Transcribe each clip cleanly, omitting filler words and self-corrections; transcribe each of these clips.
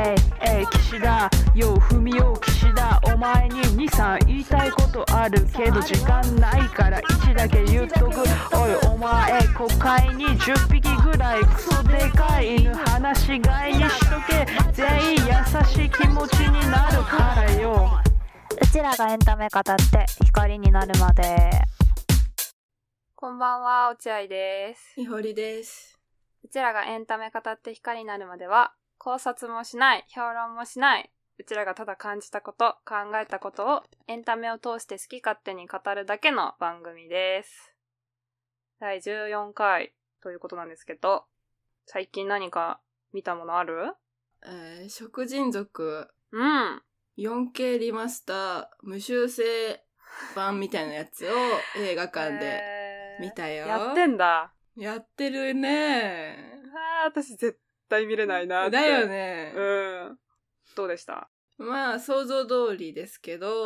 岸田よ踏みよ岸田お前に2、3言いたいことあるけど時間ないから1だけ言っとく。おいお前国会に10匹ぐらいクソでかい犬放し飼いにしとけ。全員優しい気持ちになるからよ。 うちらがエンタメ語って光になるまで。 こんばんは、落合です。 いほりです。 うちらがエンタメ語って光になるまでは、考察もしない、評論もしない、うちらがただ感じたこと、考えたことをエンタメを通して好き勝手に語るだけの番組です。第14回ということなんですけど、最近何か見たものある？ 食人族。 うん。 4K リマスター無修正版みたいなやつを映画館で見たよ。 やってんだ。 やってるね。 私絶対見れないなって。 だよね。 うん。どうでした？ まあ想像通りですけど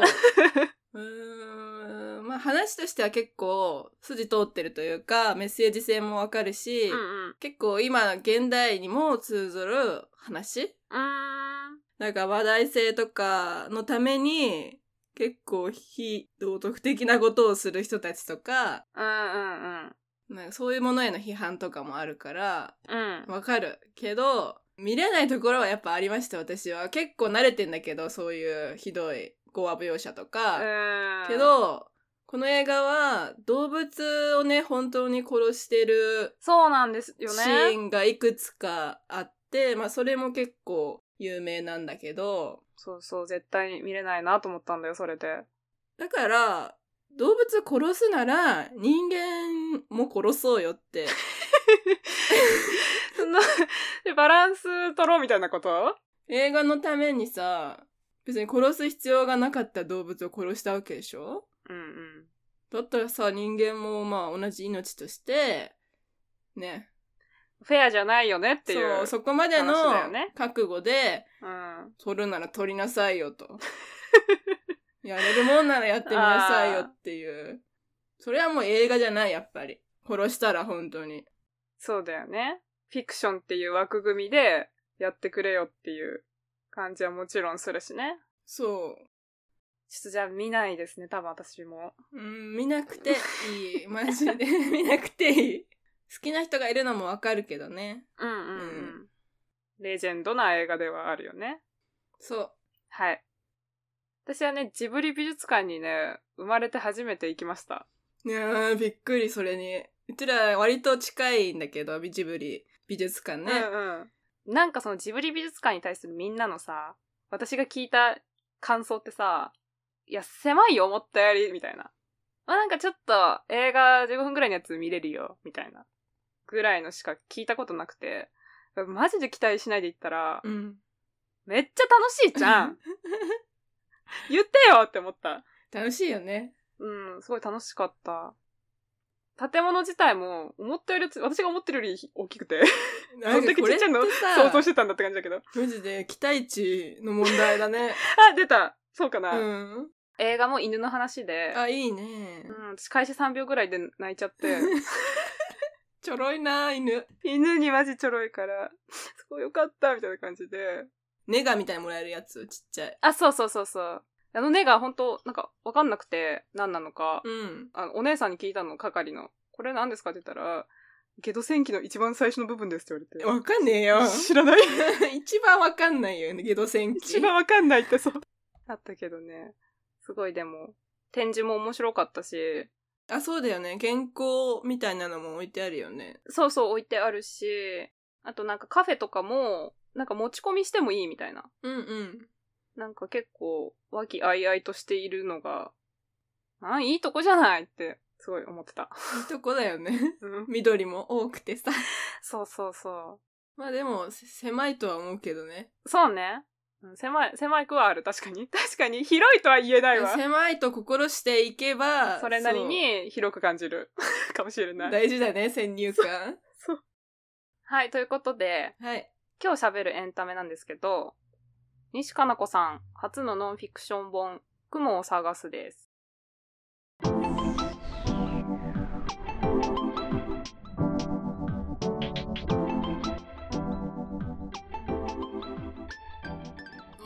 まあ話としては結構筋通ってるというかメッセージ性もわかるし、結構今現代にも通ずる話。なんか話題性とかのために結構非道徳的なことをする人たちとか、なんかそういうものへの批判とかもあるからわかるけど、見れないところはやっぱありました。私は結構慣れてんだけど、そういうひどい語話描写とか、けどこの映画は動物をね本当に殺してるそうなんですよね。 シーンがいくつかあって、まあそれも結構有名なんだけど、 そうそう、絶対見れないなと思ったんだよ、それで。 だから動物殺すなら人間も殺そうよってそのバランス取ろうみたいなこと？ 映画のためにさ、別に殺す必要がなかった動物を殺したわけでしょ。だったらさ、人間もまあ同じ命としてね、 フェアじゃないよねっていう。 そこまでの覚悟で、取るなら取りなさいよとやれるもんならやってみなさいよっていう。それはもう映画じゃない、やっぱり殺したら本当に。 そうだよね。フィクションっていう枠組みでやってくれよっていう感じはもちろんするしね。 そう。 ちょっとじゃあ見ないですね、多分私も。 見なくていい。マジで見なくていい。好きな人がいるのもわかるけどね。 レジェンドな映画ではあるよね。 そう。 はい。私はね、ジブリ美術館にね、生まれて初めて行きました。 いやー、びっくり、それに。うちら割と近いんだけど、ジブリ美術館ね。 なんかそのジブリ美術館に対するみんなのさ、私が聞いた感想ってさ、いや、狭いよ、思ったより、みたいな。まあなんかちょっと映画15分ぐらいのやつ見れるよ、みたいな。ぐらいのしか聞いたことなくて、マジで期待しないで行ったら、めっちゃ楽しいじゃん言ってよって思った。 楽しいよね。 すごい楽しかった。建物自体も思ったより、私が思ってるより大きくてどんだけちっちゃいの想像してたんだって感じだけど、 マジで期待値の問題だね出た。そうかな。映画も犬の話で。 いいね。 私開始3秒ぐらいで泣いちゃってちょろいな、犬にマジちょろいからすごいよかったみたいな感じで、 ネガみたいにもらえるやつ、ちっちゃい。 そうネガ本当なんかわかんなくて何なのか、お姉さんに聞いたの、係の、これ何ですかって言ったら、ゲド戦記の一番最初の部分ですって言われて。 わかんねえよ。 知らない一番わかんないよね、ゲド戦記。 一番わかんないってそうあったけどね、すごい。でも展示も面白かったし。 そうだよね、原稿みたいなのも置いてあるよね。 そう置いてあるし、あとなんかカフェとかもなんか持ち込みしてもいいみたいな。なんか結構和気あいあいとしているのが、いいとこじゃないってすごい思ってた。 いいとこだよね緑も多くてさ。 そうまあでも狭いとは思うけどね。 そうね、狭くはある。確かに広いとは言えないわ。 狭いと心していけばそれなりに広く感じるかもしれない。 大事だね、先入観。 そうはい、ということで、今日喋るエンタメなんですけど、西加奈子さん初のノンフィクション本、雲を探すです。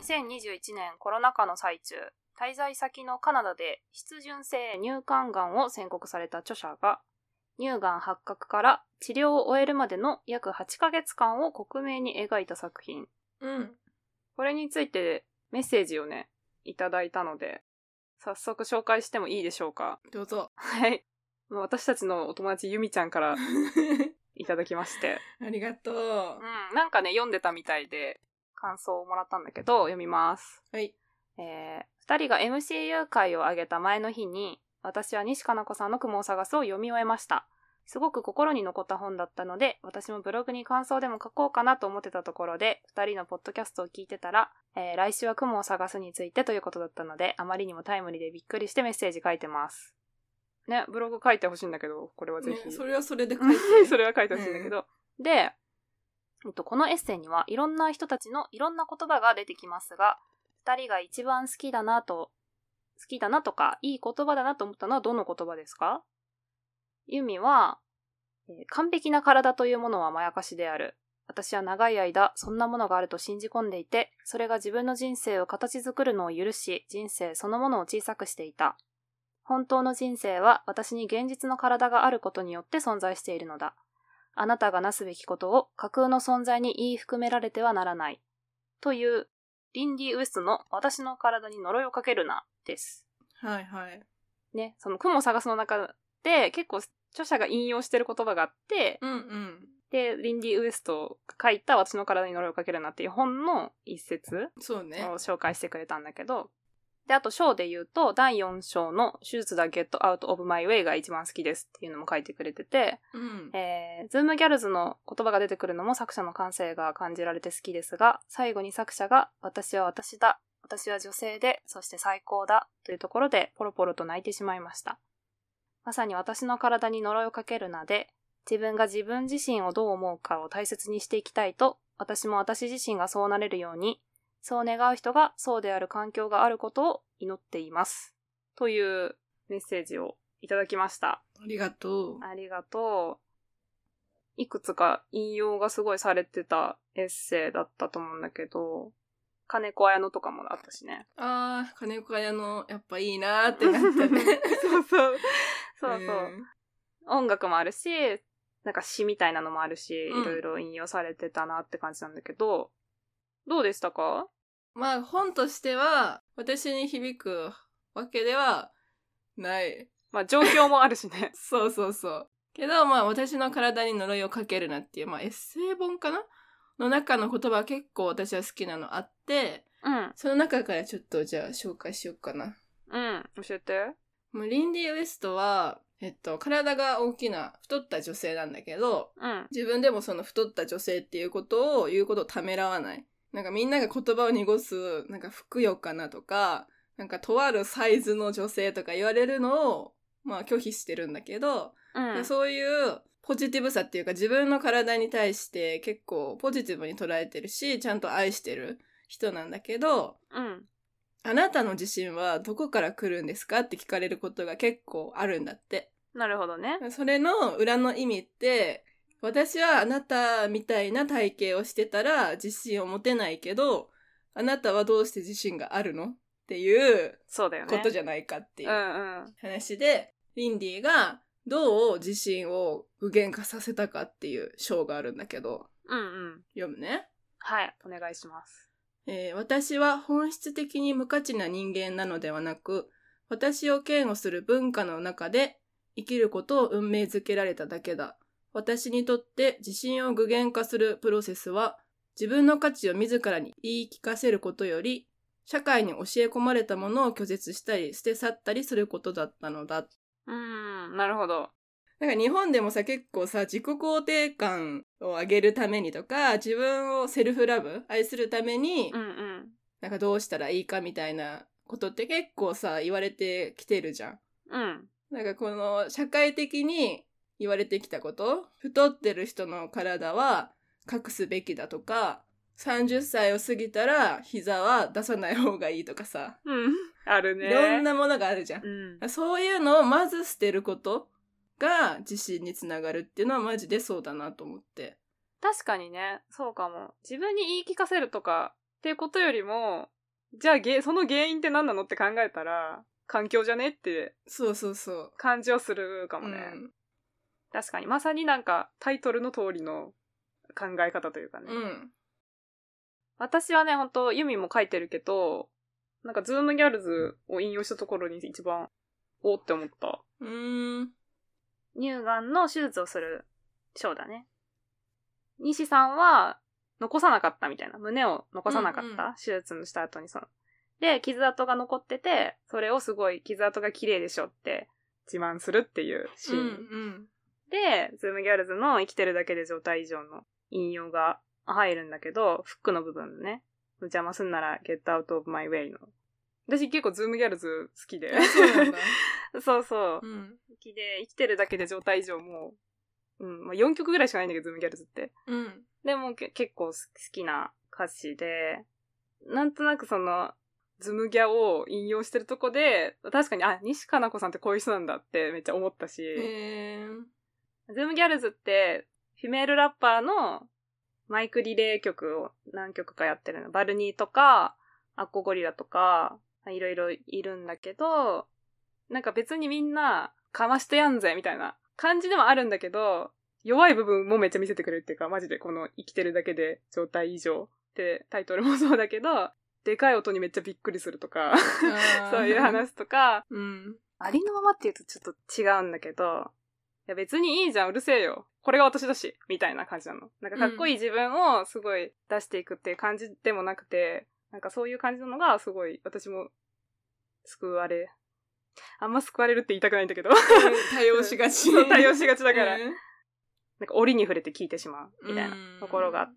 2021年コロナ禍の最中、滞在先のカナダで湿潤性乳管がんを宣告された著者が、乳がん発覚から治療を終えるまでの約8ヶ月間を克明に描いた作品。これについてメッセージをね、いただいたので、早速紹介してもいいでしょうか。 どうぞ。 はい。私たちのお友達ゆみちゃんからいただきまして。 ありがとう。 なんかね、読んでたみたいで感想をもらったんだけど、読みます。 はい。 2人が MCU 会を挙げた前の日に、私は西加奈子さんの雲を探すを読み終えました。すごく心に残った本だったので、私もブログに感想でも書こうかなと思ってたところで、2人のポッドキャストを聞いてたら、来週は雲を探すについてということだったので、あまりにもタイムリーでびっくりしてメッセージ書いてます。ね、ブログ書いてほしいんだけど、これはぜひ。 ね、それはそれで書いて。 それは書いてほしいんだけど。で、このエッセイにはいろんな人たちのいろんな言葉が出てきますが、2人が一番好きだなとか、いい言葉だなと思ったのはどの言葉ですか？ユミは、完璧な体というものはまやかしである。私は長い間、そんなものがあると信じ込んでいて、それが自分の人生を形作るのを許し、人生そのものを小さくしていた。本当の人生は私に現実の体があることによって存在しているのだ。あなたがなすべきことを架空の存在に言い含められてはならない。という、リンディ・ウエストの私の体に呪いをかけるな、です。 はいはい。 ね、その雲を探すの中で結構著者が引用してる言葉があって、で、リンディ・ウエストが書いた私の体に呪いをかけるなっていう本の一節を紹介してくれたんだけど、で、あと章で言うと、第4章の手術だ Get Out of My Way が一番好きですっていうのも書いてくれてて、ズームギャルズの言葉が出てくるのも作者の感性が感じられて好きですが、最後に作者が私は私だ、私は女性で、そして最高だというところでポロポロと泣いてしまいました。まさに私の体に呪いをかけるなで、自分が自分自身をどう思うかを大切にしていきたいと、私も私自身がそうなれるように、そう願う人がそうである環境があることを祈っています。というメッセージをいただきました。 ありがとう。 ありがとう。いくつか引用がすごいされてたエッセイだったと思うんだけど、金子綾乃とかもあったしね。 あー、金子綾乃やっぱいいなーってなったね。 そう。音楽もあるし、なんか詩みたいなのもあるし、いろいろ引用されてたなって感じなんだけど、どうでしたか？ まあ本としては私に響くわけではない。 まあ状況もあるしね。 そう。けどまあ私の体に呪いをかけるなっていう、まあエッセイ本かなの中の言葉結構私は好きなのあって、その中からちょっとじゃあ紹介しようかな。 教えて。 リンディ・ウエストは、体が大きな太った女性なんだけど、自分でもその太った女性っていうことを言うことをためらわない。なんかみんなが言葉を濁す、なんかふくよかなとか、なんかとあるサイズの女性とか言われるのを、まあ拒否してるんだけど、そういうポジティブさっていうか自分の体に対して結構ポジティブに捉えてるし、ちゃんと愛してる人なんだけど、あなたの自信はどこから来るんですかって聞かれることが結構あるんだって。 なるほどね。 それの裏の意味って、私はあなたみたいな体型をしてたら自信を持てないけど、あなたはどうして自信があるのっていうことじゃないかっていう話で、リンディがどう自信を具現化させたかっていう章があるんだけど、読むね。 はい、お願いします。 私は本質的に無価値な人間なのではなく、私を嫌悪する文化の中で生きることを運命づけられただけだ。私にとって自信を具現化するプロセスは、自分の価値を自らに言い聞かせることより、社会に教え込まれたものを拒絶したり捨て去ったりすることだったのだ。 なるほど。 なんか日本でもさ、結構さ、自己肯定感を上げるためにとか、自分をセルフラブ、愛するために、なんかどうしたらいいかみたいなことって結構さ、言われてきてるじゃん。なんかこの社会的に言われてきたこと、太ってる人の体は隠すべきだとか、30歳を過ぎたら膝は出さない方がいいとかさ。 あるね。 いろんなものがあるじゃん。そういうのをまず捨てることが自信につながるっていうのはマジでそうだなと思って。 確かにね、そうかも。自分に言い聞かせるとかっていうことよりも、 じゃあその原因って何なのって考えたら、環境じゃねって感じはするかもね。うん、確かに。まさになんかタイトルの通りの考え方というかね。うん、私はね、ほんと、ユミも書いてるけど、なんかズームギャルズを引用したところに一番、おーって思った。乳がんの手術をする章だね。西さんは残さなかったみたいな。胸を残さなかった、手術のした後にで、傷跡が残ってて、それをすごい傷跡が綺麗でしょって自慢するっていうシーン。で、ズームギャルズの生きてるだけで状態以上の引用が入るんだけど、フックの部分ね。邪魔すんなら get out of my way の。私結構ズームギャルズ好きで。 そうなんだ。 そうそう。好きで、生きてるだけで状態以上もう、まあ、4曲ぐらいしかないんだけど、ズームギャルズって。でも結構好きな歌詞で、なんとなくズムギャを引用してるとこで、確かに、西加奈子さんってこういう人なんだってめっちゃ思ったし、ズームギャルズって、フィメールラッパーのマイクリレー曲を何曲かやってるの。バルニーとか、アッコゴリラとか、いろいろいるんだけど、なんか別にみんな、かましてやんぜ、みたいな感じでもあるんだけど、弱い部分もめっちゃ見せてくれるっていうか、マジでこの生きてるだけで状態以上ってタイトルもそうだけど、でかい音にめっちゃびっくりするとか、そういう話とか、ありのままって言うとちょっと違うんだけど、いや別にいいじゃん、うるせえよ。これが私だし、みたいな感じなの。なんかかっこいい自分をすごい出していくっていう感じでもなくて、なんかそういう感じなのがすごい私もあんま救われるって言いたくないんだけど。 対応しがち。 対応しがちだから。なんか折に触れて聞いてしまうみたいなところがあって、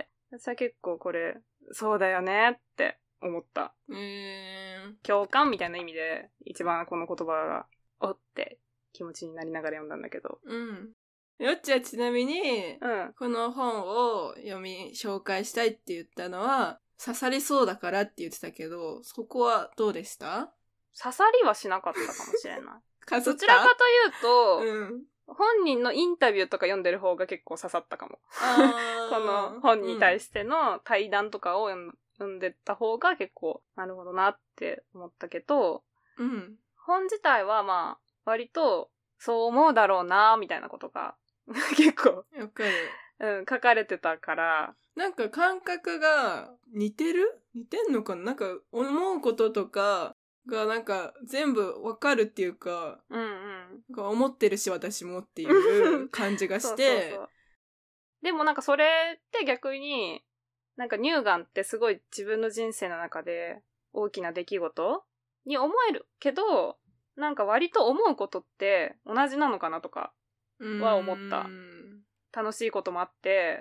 私は結構これ、そうだよねって思った。共感みたいな意味で、一番この言葉が、おって気持ちになりながら読んだんだけど。 よっちはちなみに、この本を紹介したいって言ったのは、刺さりそうだからって言ってたけど、そこはどうでした？ 刺さりはしなかったかもしれない。どちらかというと、本人のインタビューとか読んでる方が結構刺さったかも。この本に対しての対談とかを読んでた方が結構、なるほどなって思ったけど、本自体はまあ、割と、そう思うだろうなみたいなことが、結構、 わかる。 書かれてたから。 なんか感覚が似てんのかな？なんか思うこととかがなんか全部わかるっていうか、なんか思ってるし私もっていう感じがして。そう。 でもなんかそれって逆に、なんか乳がんってすごい自分の人生の中で大きな出来事に思えるけど、なんか割と思うことって同じなのかなとかは思った。楽しいこともあって、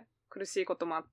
苦しいこともあって、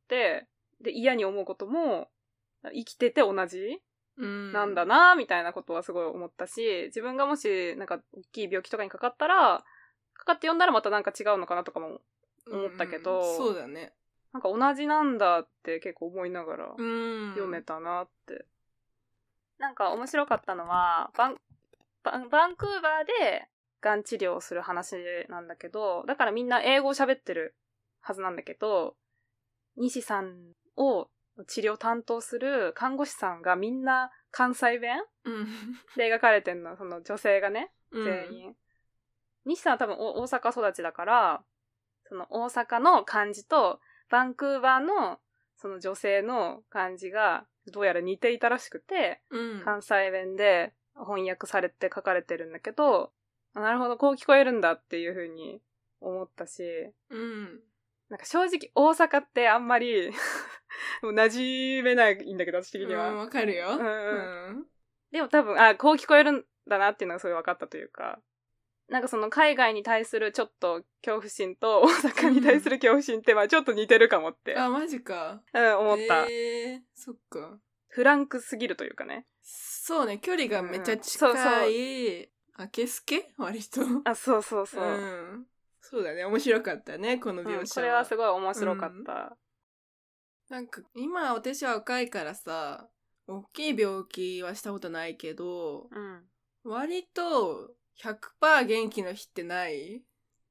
で、嫌に思うことも、生きてて同じなんだなみたいなことはすごい思ったし、自分がもし、なんか、大きい病気とかにかかって読んだらまたなんか違うのかなとかも思ったけど、 そうだね。 なんか同じなんだって結構思いながら、読めたなって。なんか面白かったのは、バンクーバーで、がん治療をする話なんだけど、だからみんな英語を喋ってるはずなんだけど、西さんを治療担当する看護師さんがみんな関西弁、で描かれてんの、その女性がね、全員。西さんは多分大阪育ちだから、その大阪の感じと、バンクーバーのその女性の感じがどうやら似ていたらしくて、関西弁で翻訳されて書かれてるんだけど、なるほど、こう聞こえるんだっていう風に思ったし、なんか正直大阪ってあんまりもう馴染めないんだけど、私的には。 わかるよ。 でも多分、こう聞こえるんだなっていうのがすごい分かったというか、なんかその海外に対するちょっと恐怖心と大阪に対する恐怖心ってちょっと似てるかもって。 マジか。 思った。 そっか。 フランクすぎるというかね。 そうね、距離がめっちゃ近い。あけすけ割と。 そう。 そうだね、面白かったね、この描写は。 これはすごい面白かった。 なんか、今私は若いからさ、大きい病気はしたことないけど、割と 100% 元気の日ってない？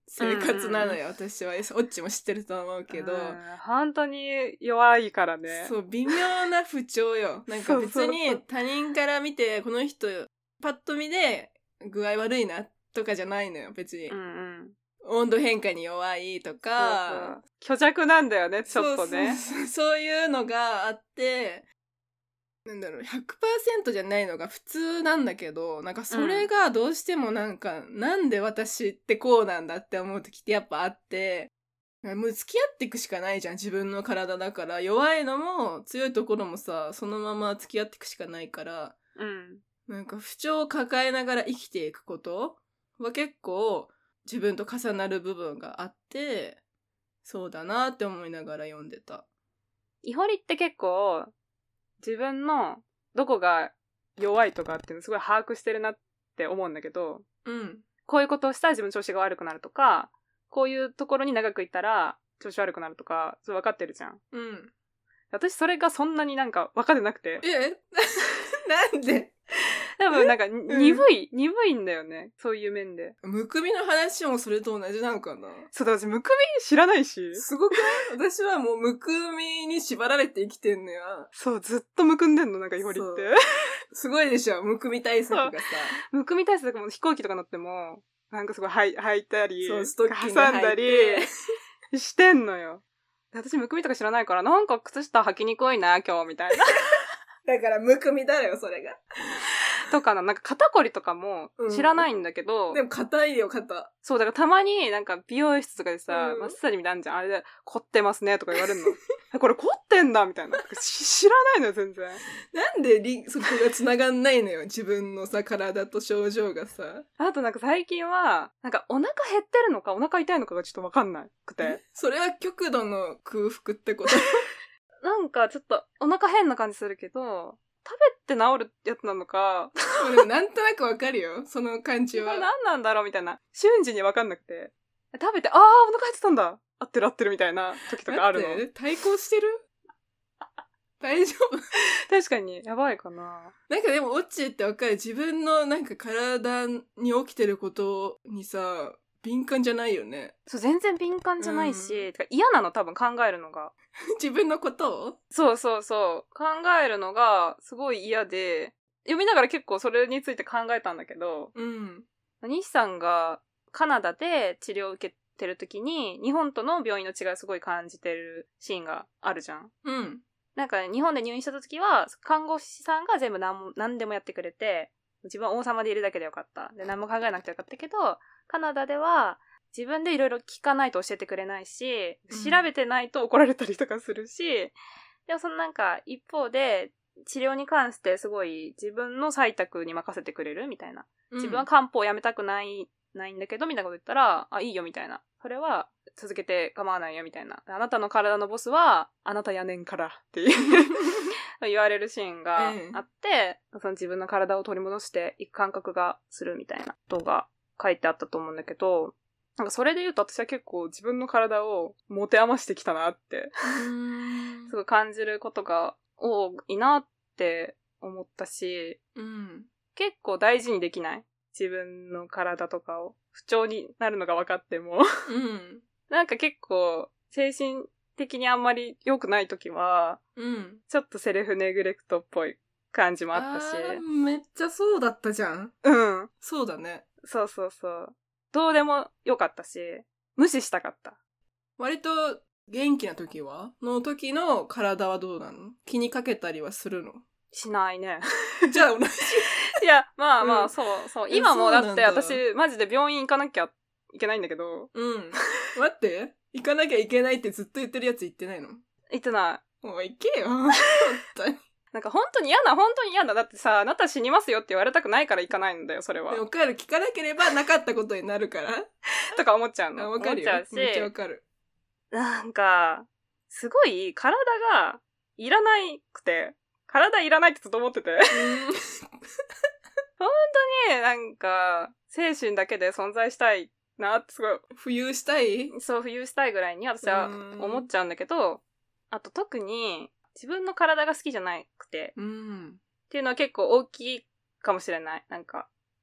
生活なのよ、私は。オッチも知ってると思うけど。 本当に弱いからね。 そう、微妙な不調よ。なんか別に他人から見て、この人、パッと見で具合悪いなとかじゃないのよ、別に。温度変化に弱いとか。 虚弱なんだよね、ちょっとね。 そういうのがあって、なんだろう、100% じゃないのが普通なんだけど、なんかそれがどうしてもなんか、なんで私ってこうなんだって思う時ってやっぱあって、もう付き合っていくしかないじゃん、自分の体だから。弱いのも強いところもさ、そのまま付き合っていくしかないから、なんか不調を抱えながら生きていくことは結構自分と重なる部分があって、そうだなって思いながら読んでた。 イホリって結構、自分のどこが弱いとかっていうのすごい把握してるなって思うんだけど、こういうことをしたら自分調子が悪くなるとか、こういうところに長くいたら調子悪くなるとか、それ分かってるじゃん。私それがそんなになんか分かってなくて。 なんで多分なんか鈍いんだよね。そういう面で。 むくみの話もそれと同じなのかな。 そうだ、私むくみ知らないし。 すごくない私はもうむくみに縛られて生きてんのよ。 そう、ずっとむくんでんの、なんかイホリって。 すごいでしょ、むくみ対策がさ。 むくみ対策も飛行機とか乗っても、なんかすごい履いたり、 ストッキング挟んだりしてんのよ。私むくみとか知らないから、なんか靴下履きにくいな、今日、みたいな。 だからむくみだよ、それが。 とかなんか肩こりとかも知らないんだけど、 でも硬いよ、肩。 そう、だからたまになんか美容室とかでさ、マッサージみたいなのじゃん。あれで、凝ってますねとか言われるの。これ凝ってんだみたいな。知らないのよ、全然。 なんでそこが繋がんないのよ、自分のさ、体と症状がさ。 あとなんか最近は、なんかお腹減ってるのかお腹痛いのかがちょっとわかんなくて。 それは極度の空腹ってことなんかちょっとお腹変な感じするけど、食べて治るやつなのか。 でもなんとなくわかるよ、その感じは。 これ何なんだろうみたいな。瞬時にわかんなくて。食べて、お腹減ってたんだ。合ってるみたいな時とかあるの。 対抗してる大丈夫確かに、やばいかな。 なんかでも、オッチってわかる。自分のなんか体に起きてることにさ、敏感じゃないよね。 そう、全然敏感じゃないし、嫌なの多分考えるのが。 自分のことをそう。考えるのがすごい嫌で、読みながら結構それについて考えたんだけど、西さんがカナダで治療を受けてる時に、日本との病院の違いをすごい感じてるシーンがあるじゃん。なんか日本で入院した時は、看護師さんが全部何でもやってくれて、自分は王様でいるだけでよかった。で、何も考えなくてよかったけど、カナダでは自分でいろいろ聞かないと教えてくれないし、調べてないと怒られたりとかするし、でもそのなんか一方で治療に関してすごい自分の採択に任せてくれるみたいな。自分は漢方をやめたくないんだけどみたいなこと言ったら、いいよみたいな。それは続けて構わないよみたいな。あなたの体のボスはあなたやねんからっていう言われるシーンがあって、その自分の体を取り戻していく感覚がするみたいなことが書いてあったと思うんだけど、なんかそれで言うと私は結構自分の体を持て余してきたなってすごい感じることが多いなって思ったし、結構大事にできない自分の体とかを不調になるのが分かってもなんか結構精神的にあんまり良くない時は、ちょっとセルフネグレクトっぽい感じもあったし、 めっちゃそうだったじゃん。そうだね。 そう。どうでもよかったし、無視したかった。 割と元気な時の体はどうなの？気にかけたりはするの？しないね。 じゃあ同じ。 いや、まあ、そう。今もだって私、マジで病院行かなきゃいけないんだけど。 待って。行かなきゃいけないってずっと言ってるやつ言ってないの？ 言ってない。 もう行けよ。本当に。 なんか本当に嫌だ。だってさ、あなた死にますよって言われたくないから行かないんだよ、それは。 でも聞かなければなかったことになるから。 とか思っちゃうの。 わかるよ。めっちゃわかる。 なんか、すごい体がいらないくて、体いらないってずっと思ってて。本当になんか、精神だけで存在したいなってすごい。 浮遊したい？ そう、浮遊したいぐらいに私は思っちゃうんだけど、あと特に、自分の体が好きじゃなくて、っていうのは結構大きいかもしれない。なんか、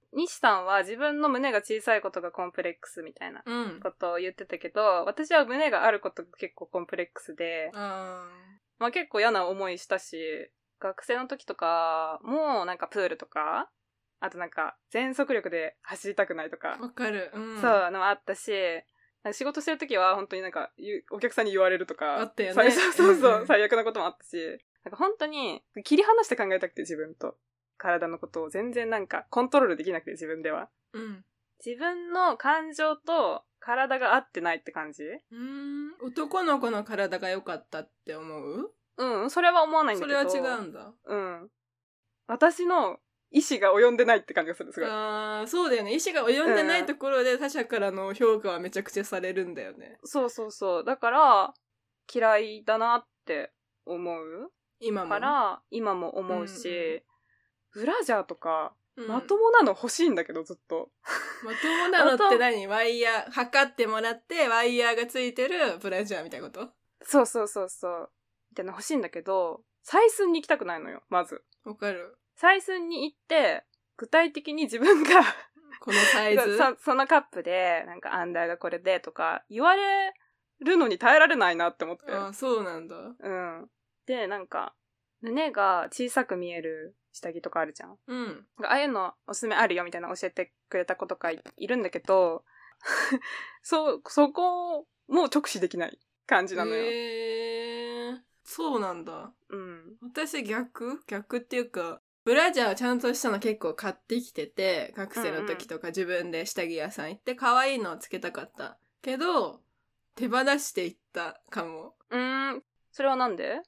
西さんは自分の胸が小さいことがコンプレックスみたいなことを言ってたけど、私は胸があることが結構コンプレックスで、まあ結構嫌な思いしたし、学生の時とかもなんかプールとか、あとなんか全速力で走りたくないとか。 わかる。 そうのもあったし、仕事してる時は本当になんかお客さんに言われるとか。 あったよね。 そう、最悪なこともあったし、なんか本当に切り離して考えたくて自分と。体のことを全然なんかコントロールできなくて自分では。自分の感情と体が合ってないって感じ？ 男の子の体が良かったって思う？ それは思わないんだけど。 それは違うんだ。 私の意志が及んでないって感じがする、すごい。 そうだよね。意志が及んでないところで他者からの評価はめちゃくちゃされるんだよね。 そう。だから、嫌いだなって思う。今も思うし、ブラジャーとか、まともなの欲しいんだけど、ずっと。 まともなのって何？ワイヤー、測ってもらって、ワイヤーがついてるブラジャーみたいなこと？ そう。みたいな欲しいんだけど、採寸に行きたくないのよ、まず。 わかる。 採寸に行って、具体的に自分がこのサイズそのカップで、なんかアンダーがこれでとか、言われるのに耐えられないなって思って。 そうなんだ。 で、なんか、胸が小さく見える下着とかあるじゃん。ああいうのおすすめあるよみたいな教えてくれた子とかいるんだけど、そこも直視できない感じなのよ。 そうなんだ。私逆っていうか、ブラジャーちゃんとしたの結構買ってきてて、学生の時とか自分で下着屋さん行って可愛いのをつけたかった。けど、手放していったかも。 それはなんで？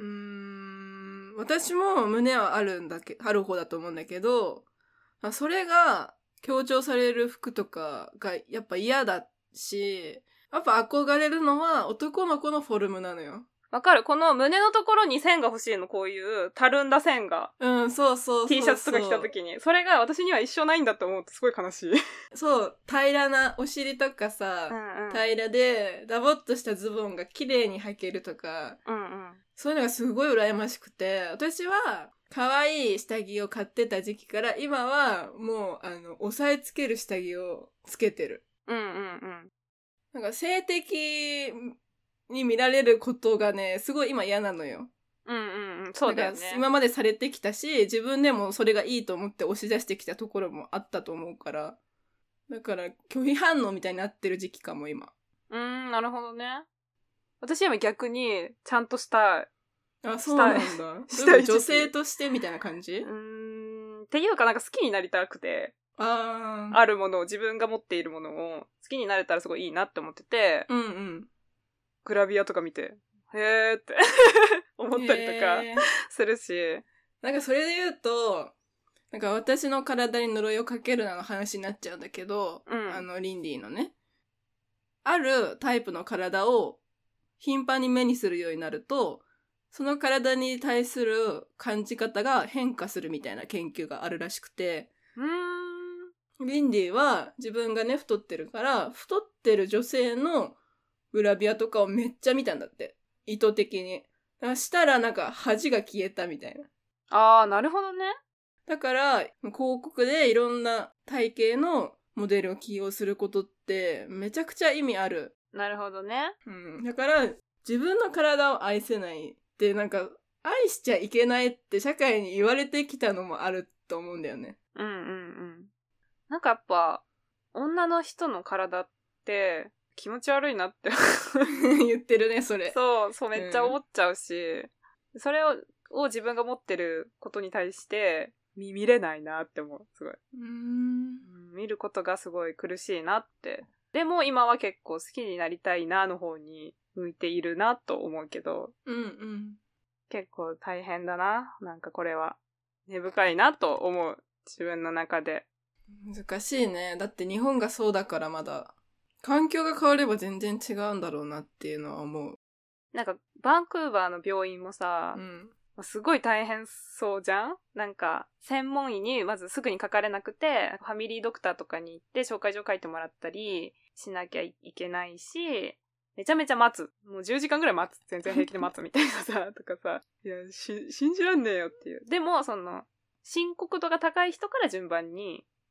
私も胸はある方だと思うんだけど、それが強調される服とかがやっぱ嫌だし、やっぱ憧れるのは男の子のフォルムなのよ。 わかる。この胸のところに線が欲しいの、こういうたるんだ線が。 そう。 T シャツとか着た時に。それが私には一生ないんだって思うとすごい悲しい。 そう、平らなお尻とかさ、平らでダボっとしたズボンが綺麗に履けるとか、そういうのがすごい羨ましくて、私は可愛い下着を買ってた時期から今はもう押さえつける下着をつけてる。なんか性的に見られることがね、すごい今嫌なのよ。 そうだよね。 今までされてきたし、自分でもそれがいいと思って押し出してきたところもあったと思うから、だから拒否反応みたいになってる時期かも今。 なるほどね。私今逆にちゃんとしたそうなんだ。女性としてみたいな感じ？ っていうかなんか好きになりたくて、あるものを、自分が持っているものを好きになれたらすごいいいなって思ってて、グラビアとか見て、へーって思ったりとかするし。 なんかそれで言うと、なんか私の体に呪いをかけるなの話になっちゃうんだけど、リンディのね。あるタイプの体を頻繁に目にするようになると、その体に対する感じ方が変化するみたいな研究があるらしくて、リンディは自分がね、太ってるから、太ってる女性のグラビアとかをめっちゃ見たんだって。意図的に。したらなんか恥が消えたみたいな。 なるほどね。 だから、広告でいろんな体型のモデルを起用することってめちゃくちゃ意味ある。 なるほどね。 だから自分の体を愛せないってなんか愛しちゃいけないって社会に言われてきたのもあると思うんだよね。 なんかやっぱ女の人の体って気持ち悪いなって言ってるね、それ。 そうめっちゃ思っちゃうし、それを自分が持ってることに対して見れないなって思う。すごい。見ることがすごい苦しいなって。でも今は結構好きになりたいなの方に向いているなと思うけど、結構大変だな。なんかこれは根深いなと思う。自分の中で。 難しいね。だって日本がそうだからまだ。環境が変われば全然違うんだろうなっていうのは思う。 なんかバンクーバーの病院もさ、すごい大変そうじゃん？なんか専門医にまずすぐにかかれなくて、ファミリードクターとかに行って紹介状書いてもらったりしなきゃいけないし、めちゃめちゃ待つ。もう10時間ぐらい待つ。全然平気で待つみたいなさ、とかさ。いや、信じらんねえよっていう。でも、深刻度が高い人から順番に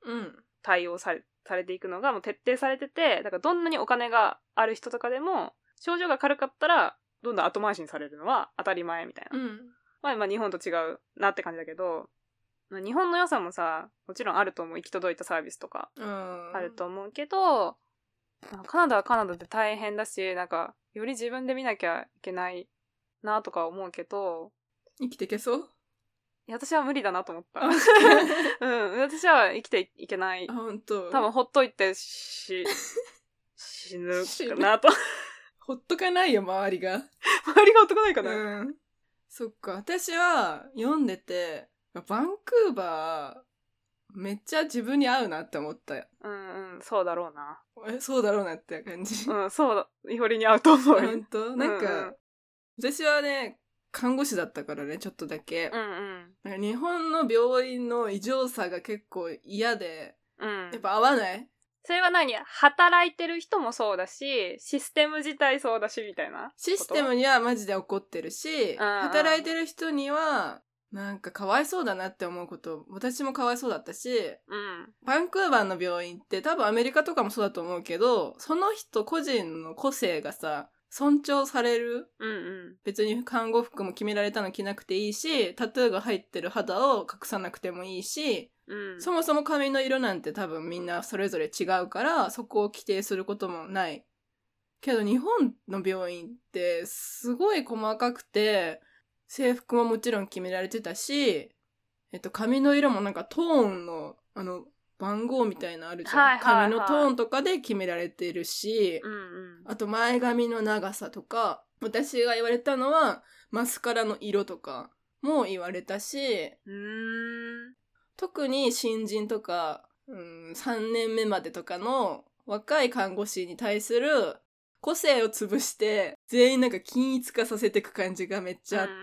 対応されていくのがもう徹底されてて、だからどんなにお金がある人とかでも症状が軽かったらどんどん後回しにされるのは当たり前みたいな、まあ日本と違うなって感じだけど、日本の良さもさもちろんあると思う。行き届いたサービスとかあると思うけど、カナダはカナダで大変だし、なんかより自分で見なきゃいけないなとか思うけど、 生きていけそう？ いや私は無理だなと思った。私は生きていけない。 本当？ 多分ほっといて死ぬかなと。 ほっとかないよ周りが。 周りがほっとかないかな。 そっか。私は読んでてバンクーバーめっちゃ自分に合うなって思った。 そうだろうな。 そうだろうなって感じ。 そうだ。いほりに合うと思う。 本当？なんか、私はね、看護師だったからね、ちょっとだけ。なんか日本の病院の異常さが結構嫌で、やっぱ合わない？ それは何？働いてる人もそうだし、システム自体そうだしみたいな？ システムにはマジで怒ってるし、働いてる人には、なんかかわいそうだなって思うこと、私もかわいそうだったし、バンクーバーの病院って多分アメリカとかもそうだと思うけど、その人個人の個性がさ、尊重される、別に看護服も決められたの着なくていいし、タトゥーが入ってる肌を隠さなくてもいいし、そもそも髪の色なんて多分みんなそれぞれ違うから、そこを規定することもない。けど日本の病院ってすごい細かくて、制服ももちろん決められてたし、髪の色もなんかトーンの番号みたいなのあるじゃん、髪のトーンとかで決められてるし、あと前髪の長さとか、私が言われたのはマスカラの色とかも言われたし、特に新人とか、3年目までとかの若い看護師に対する個性を潰して全員なんか均一化させていく感じがめっちゃあって、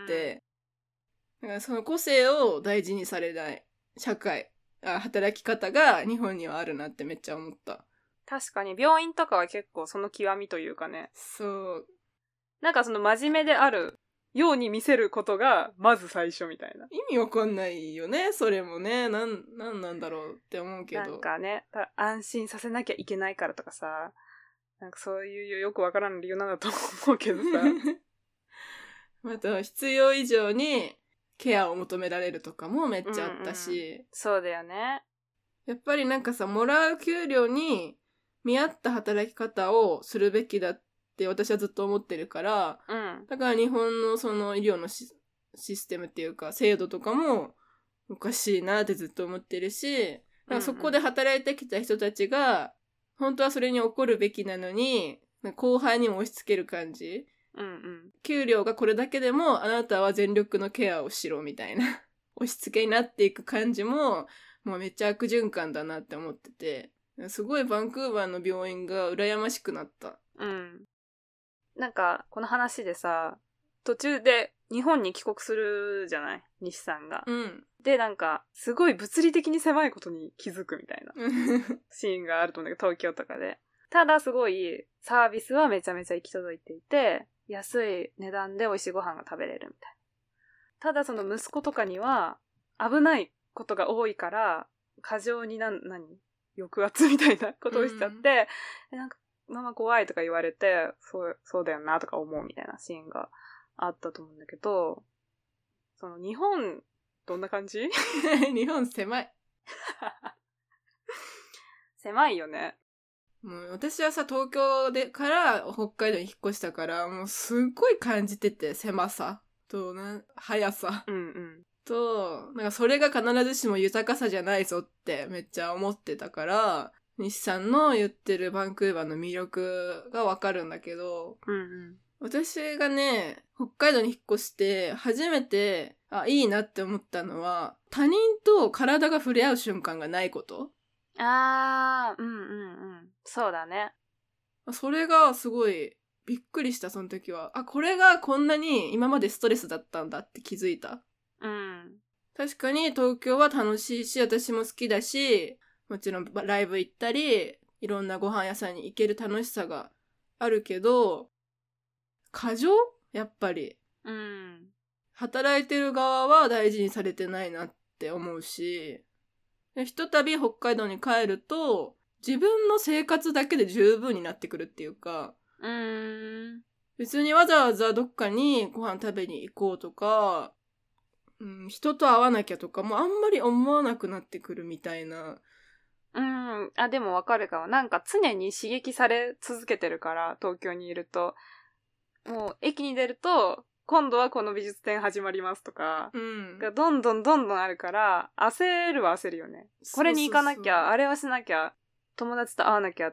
だからその個性を大事にされない社会、働き方が日本にはあるなってめっちゃ思った。 確かに病院とかは結構その極みというかね。 そう。 なんかその真面目であるように見せることがまず最初みたいな。 意味わかんないよね、それもね。なんだろうって思うけど。 なんかね、安心させなきゃいけないからとかさ、なんかそういうよくわからん理由なんだと思うけどさ。 また必要以上にケアを求められるとかもめっちゃあったし、 そうだよね。 やっぱりなんかさ、もらう給料に見合った働き方をするべきだって私はずっと思ってるから、だから日本のその医療のシステムっていうか制度とかもおかしいなってずっと思ってるし、だからそこで働いてきた人たちが本当はそれに怒るべきなのに後輩にも押し付ける感じ、給料がこれだけでもあなたは全力のケアをしろみたいな押し付けになっていく感じももうめっちゃ悪循環だなって思ってて、すごいバンクーバーの病院が羨ましくなった。 なんかこの話でさ、途中で日本に帰国するじゃない、西さんが。でなんかすごい物理的に狭いことに気づくみたいなシーンがあると思うんだけど、東京とかで。ただすごいサービスはめちゃめちゃ行き届いていて、安い値段で美味しいご飯が食べれるみたいな。ただその息子とかには危ないことが多いから過剰に抑圧みたいなことをしちゃって、なんかママ怖いとか言われて、そうだよなとか思うみたいなシーンがあったと思うんだけど、その日本どんな感じ？ 日本狭い。 狭いよね。 もう私はさ、東京から北海道に引っ越したから、もうすっごい感じてて、狭さと速さ、となんかそれが必ずしも豊かさじゃないぞってめっちゃ思ってたから、西さんの言ってるバンクーバーの魅力がわかるんだけど、私がね、北海道に引っ越して初めていいなって思ったのは、他人と体が触れ合う瞬間がないこと。 そうだね。 それがすごいびっくりした、その時は。これがこんなに今までストレスだったんだって気づいた。確かに東京は楽しいし、私も好きだし、もちろんライブ行ったり、いろんなご飯屋さんに行ける楽しさがあるけど、過剰？やっぱり。働いてる側は大事にされてないなって思うし、 ひとたび北海道に帰ると自分の生活だけで十分になってくるっていうか、別にわざわざどっかにご飯食べに行こうとか、人と会わなきゃとかもあんまり思わなくなってくるみたいな。 でもわかるかも。なんか常に刺激され続けてるから、東京にいると。もう駅に出ると、今度はこの美術展始まりますとか、がどんどんあるから、焦るは焦るよね。これに行かなきゃ、あれはしなきゃ、友達と会わなきゃって、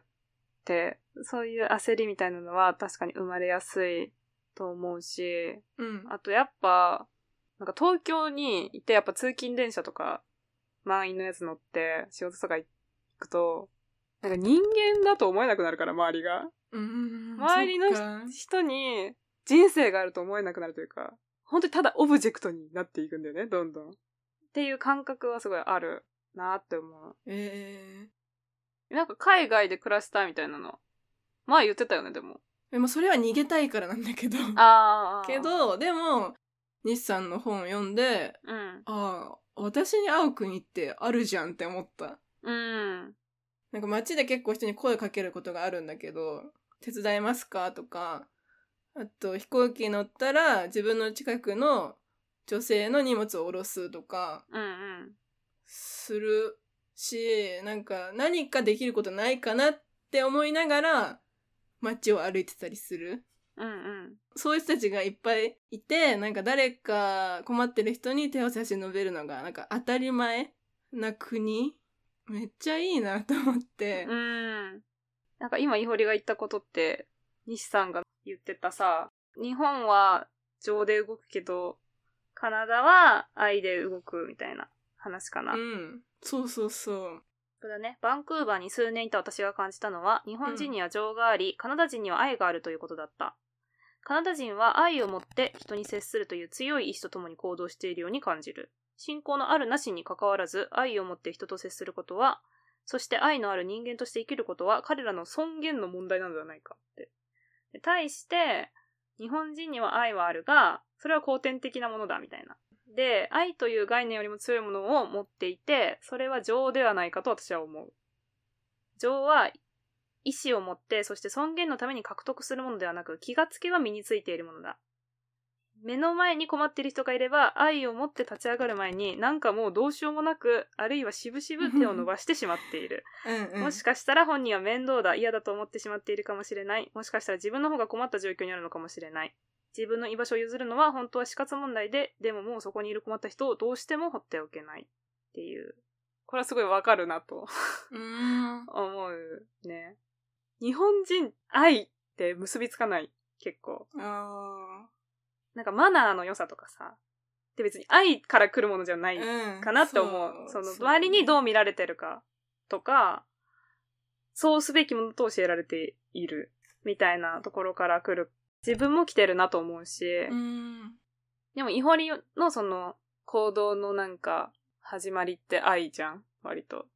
そういう焦りみたいなのは確かに生まれやすいと思うし、あとやっぱ、なんか東京にいてやっぱ通勤電車とか満員のやつ乗って仕事とか行くと、なんか人間だと思えなくなるから、周りが。周りの人に人生があると思えなくなるというか、本当にただオブジェクトになっていくんだよね、どんどん。っていう感覚はすごいあるなって思う。なんか海外で暮らしたいみたいなの。まあ言ってたよね、でも。 でもそれは逃げたいからなんだけど。けど、でも、西さんの本を読んで、私に会う国ってあるじゃんって思った。なんか街で結構人に声かけることがあるんだけど、手伝いますかとか、あと飛行機乗ったら自分の近くの女性の荷物を下ろすとか、するし、なんか何かできることないかなって思いながら街を歩いてたりする。そういう人たちがいっぱいいて、なんか誰か困ってる人に手を差し伸べるのがなんか当たり前な国、めっちゃいいなと思って。 なんか今いほりが言ったことって、西さんが言ってたさ、日本は情で動くけど、カナダは愛で動くみたいな話かな。 そうそうそう。 そうだね。バンクーバーに数年いた私が感じたのは、日本人には情があり、カナダ人には愛があるということだった。カナダ人は愛を持って人に接するという強い意志とともに行動しているように感じる。信仰のあるなしに関わらず、愛を持って人と接することは、そして愛のある人間として生きることは、彼らの尊厳の問題なのではないかって。対して、日本人には愛はあるが、それは後天的なものだみたいな。で、愛という概念よりも強いものを持っていて、それは情ではないかと私は思う。情は意志を持って、そして尊厳のために獲得するものではなく、気がつけば身についているものだ。目の前に困っている人がいれば、愛を持って立ち上がる前に、なんかもうどうしようもなく、あるいはしぶしぶ手を伸ばしてしまっている。もしかしたら本人は面倒だ、嫌だと思ってしまっているかもしれない。もしかしたら自分の方が困った状況にあるのかもしれない。自分の居場所を譲るのは本当は死活問題で、でももうそこにいる困った人をどうしても放っておけないっていう。これはすごいわかるなと思うね。日本人愛って結びつかない、結構。なんかマナーの良さとかさ、で別に愛から来るものじゃないかなって思う。その周りにどう見られてるかとか、そうすべきものと教えられているみたいなところから来る。自分も来てるなと思うし、でもイホリのその行動のなんか始まりって愛じゃん、割と。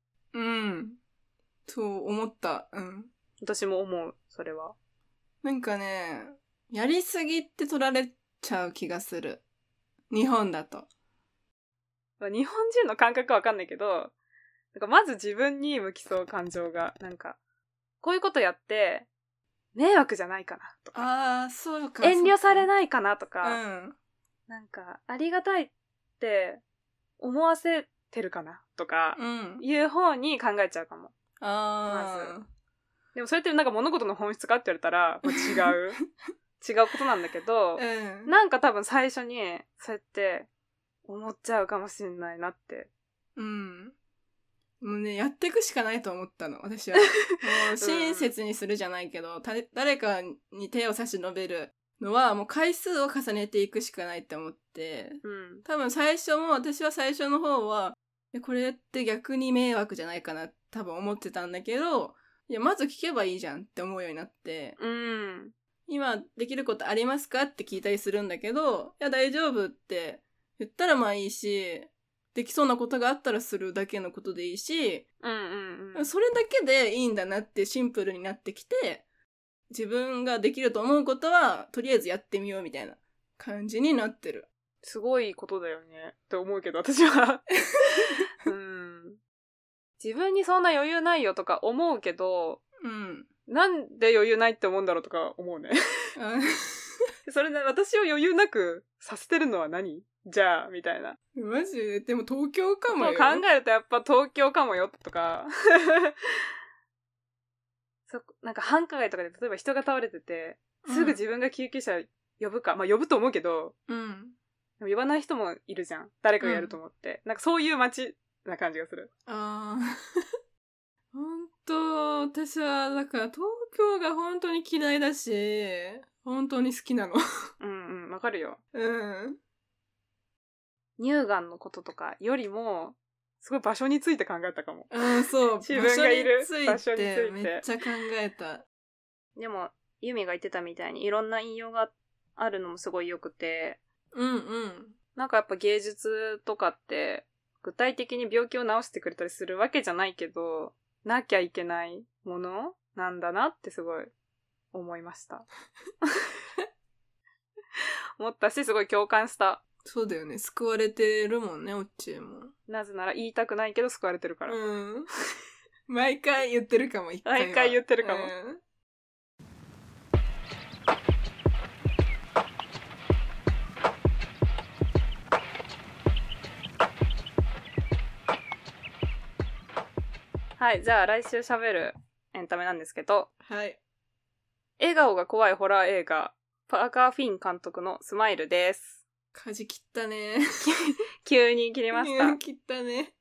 そう思った。 私も思う、それは。 なんかね、やりすぎって取られちゃう気がする。日本だと。 日本人の感覚はわかんないけど、なんかまず自分に向きそう感情が、なんか、こういうことやって、迷惑じゃないかなとか。 そうか。 遠慮されないかなとか。なんか、ありがたいって思わせてるかなとか、いう方に考えちゃうかも。まず。でもそれってなんか物事の本質かって言われたら、違うことなんだけど、なんか多分最初にそうやって思っちゃうかもしれないなって。 もうね、やっていくしかないと思ったの、私は。もう親切にするじゃないけど、誰かに手を差し伸べるのはもう回数を重ねていくしかないって思って、多分私は最初の方は、これって逆に迷惑じゃないかな多分思ってたんだけど、いや、まず聞けばいいじゃんって思うようになって、今できることありますかって聞いたりするんだけど、いや大丈夫って言ったらまあいいし、できそうなことがあったらするだけのことでいいし、それだけでいいんだなってシンプルになってきて、自分ができると思うことはとりあえずやってみようみたいな感じになってる。 すごいことだよねって思うけど私は自分にそんな余裕ないよとか思うけど、 うん。 なんで余裕ないって思うんだろうとか思うね。それで私を余裕なくさせてるのは何？じゃあ、みたいな。 マジで？でも東京かもよ。 考えるとやっぱ東京かもよとか。なんか繁華街とかで例えば人が倒れてて、すぐ自分が救急車呼ぶか。まあ呼ぶと思うけど、 うん。 でも呼ばない人もいるじゃん。誰かがやると思って。なんかそういう街な感じがする。 ああ。本当、私はだから東京が本当に嫌いだし、本当に好きなの。 うんうん、わかるよ。 うん。 乳がんのこととかよりも、すごい場所について考えたかも。 うん、そう。 自分がいる場所についてめっちゃ考えた。 でも、ユミが言ってたみたいにいろんな引用があるのもすごい良くて、 うんうん。 なんかやっぱ芸術とかって具体的に病気を治してくれたりするわけじゃないけど、なきゃいけないものなんだなってすごい思いました。思ったし、すごい共感した。 そうだよね。救われてるもんね、オッチーも。 なぜなら言いたくないけど救われてるから。 うん。毎回言ってるかも、一回は。 毎回言ってるかも。はい、じゃあ来週喋るエンタメなんですけど、 はい。 笑顔が怖いホラー映画、パーカー・フィン監督のスマイルです。 舵切ったね。 急に切りました。 切ったね。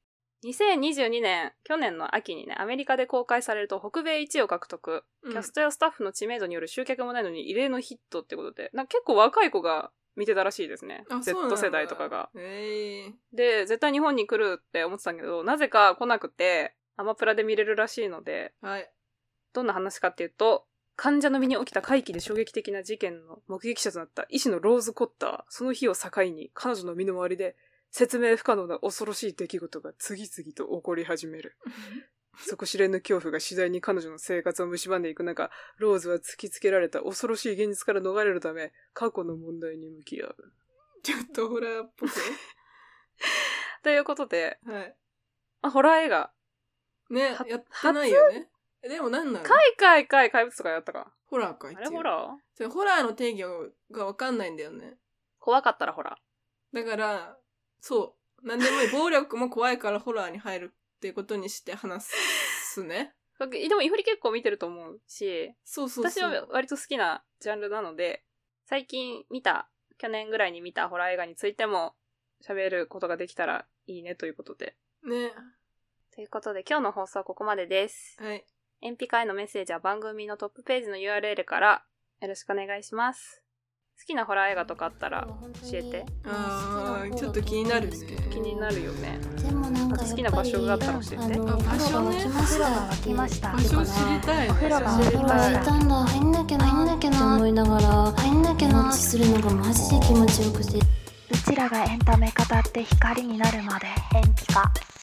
2022年、去年の秋にね、アメリカで公開されると北米1位を獲得、キャストやスタッフの知名度による集客もないのに異例のヒットってことで、なんか結構若い子が見てたらしいですね。Z 世代とかが。で、絶対日本に来るって思ってたけど、なぜか来なくて、アマプラで見れるらしいので、 はい。 どんな話かっていうと、患者の身に起きた怪奇で衝撃的な事件の目撃者となった医師のローズ・コッター、その日を境に彼女の身の回りで説明不可能な恐ろしい出来事が次々と起こり始める。底知れぬ恐怖が次第に彼女の生活を蝕んでいく中、ローズは突きつけられた恐ろしい現実から逃れるため、過去の問題に向き合う。 ちょっとホラーっぽくということで、 はい。 ホラー映画。 ね、やってないよね。でも何なの？ 怪物とかやったか。 ホラーか。 あれホラー？ ホラーの定義がわかんないんだよね。 怖かったらホラー。だから、そう。何でもいい。暴力も怖いからホラーに入るっていうことにして話すね。 でもイフリ結構見てると思うし、 そう私は割と好きなジャンルなので、最近去年ぐらいに見たホラー映画についても喋ることができたらいいねということで。 ね。 ということで今日の放送はここまでです。 はい。 エンピカへのメッセージは番組のトップページの URL からよろしくお願いします。好きなホラー映画とかあったら教えて。 ちょっと気になるね。 気になるよね。あと好きな場所があったら教えて。 場所ね。 沸きました。 場所知りたいね。 お風呂が沸いたんだ。入んなきゃな思いながら入んなきゃなするのがマジで気持ちよくて。うちらがエンタメ語って光になるまでエンピカ。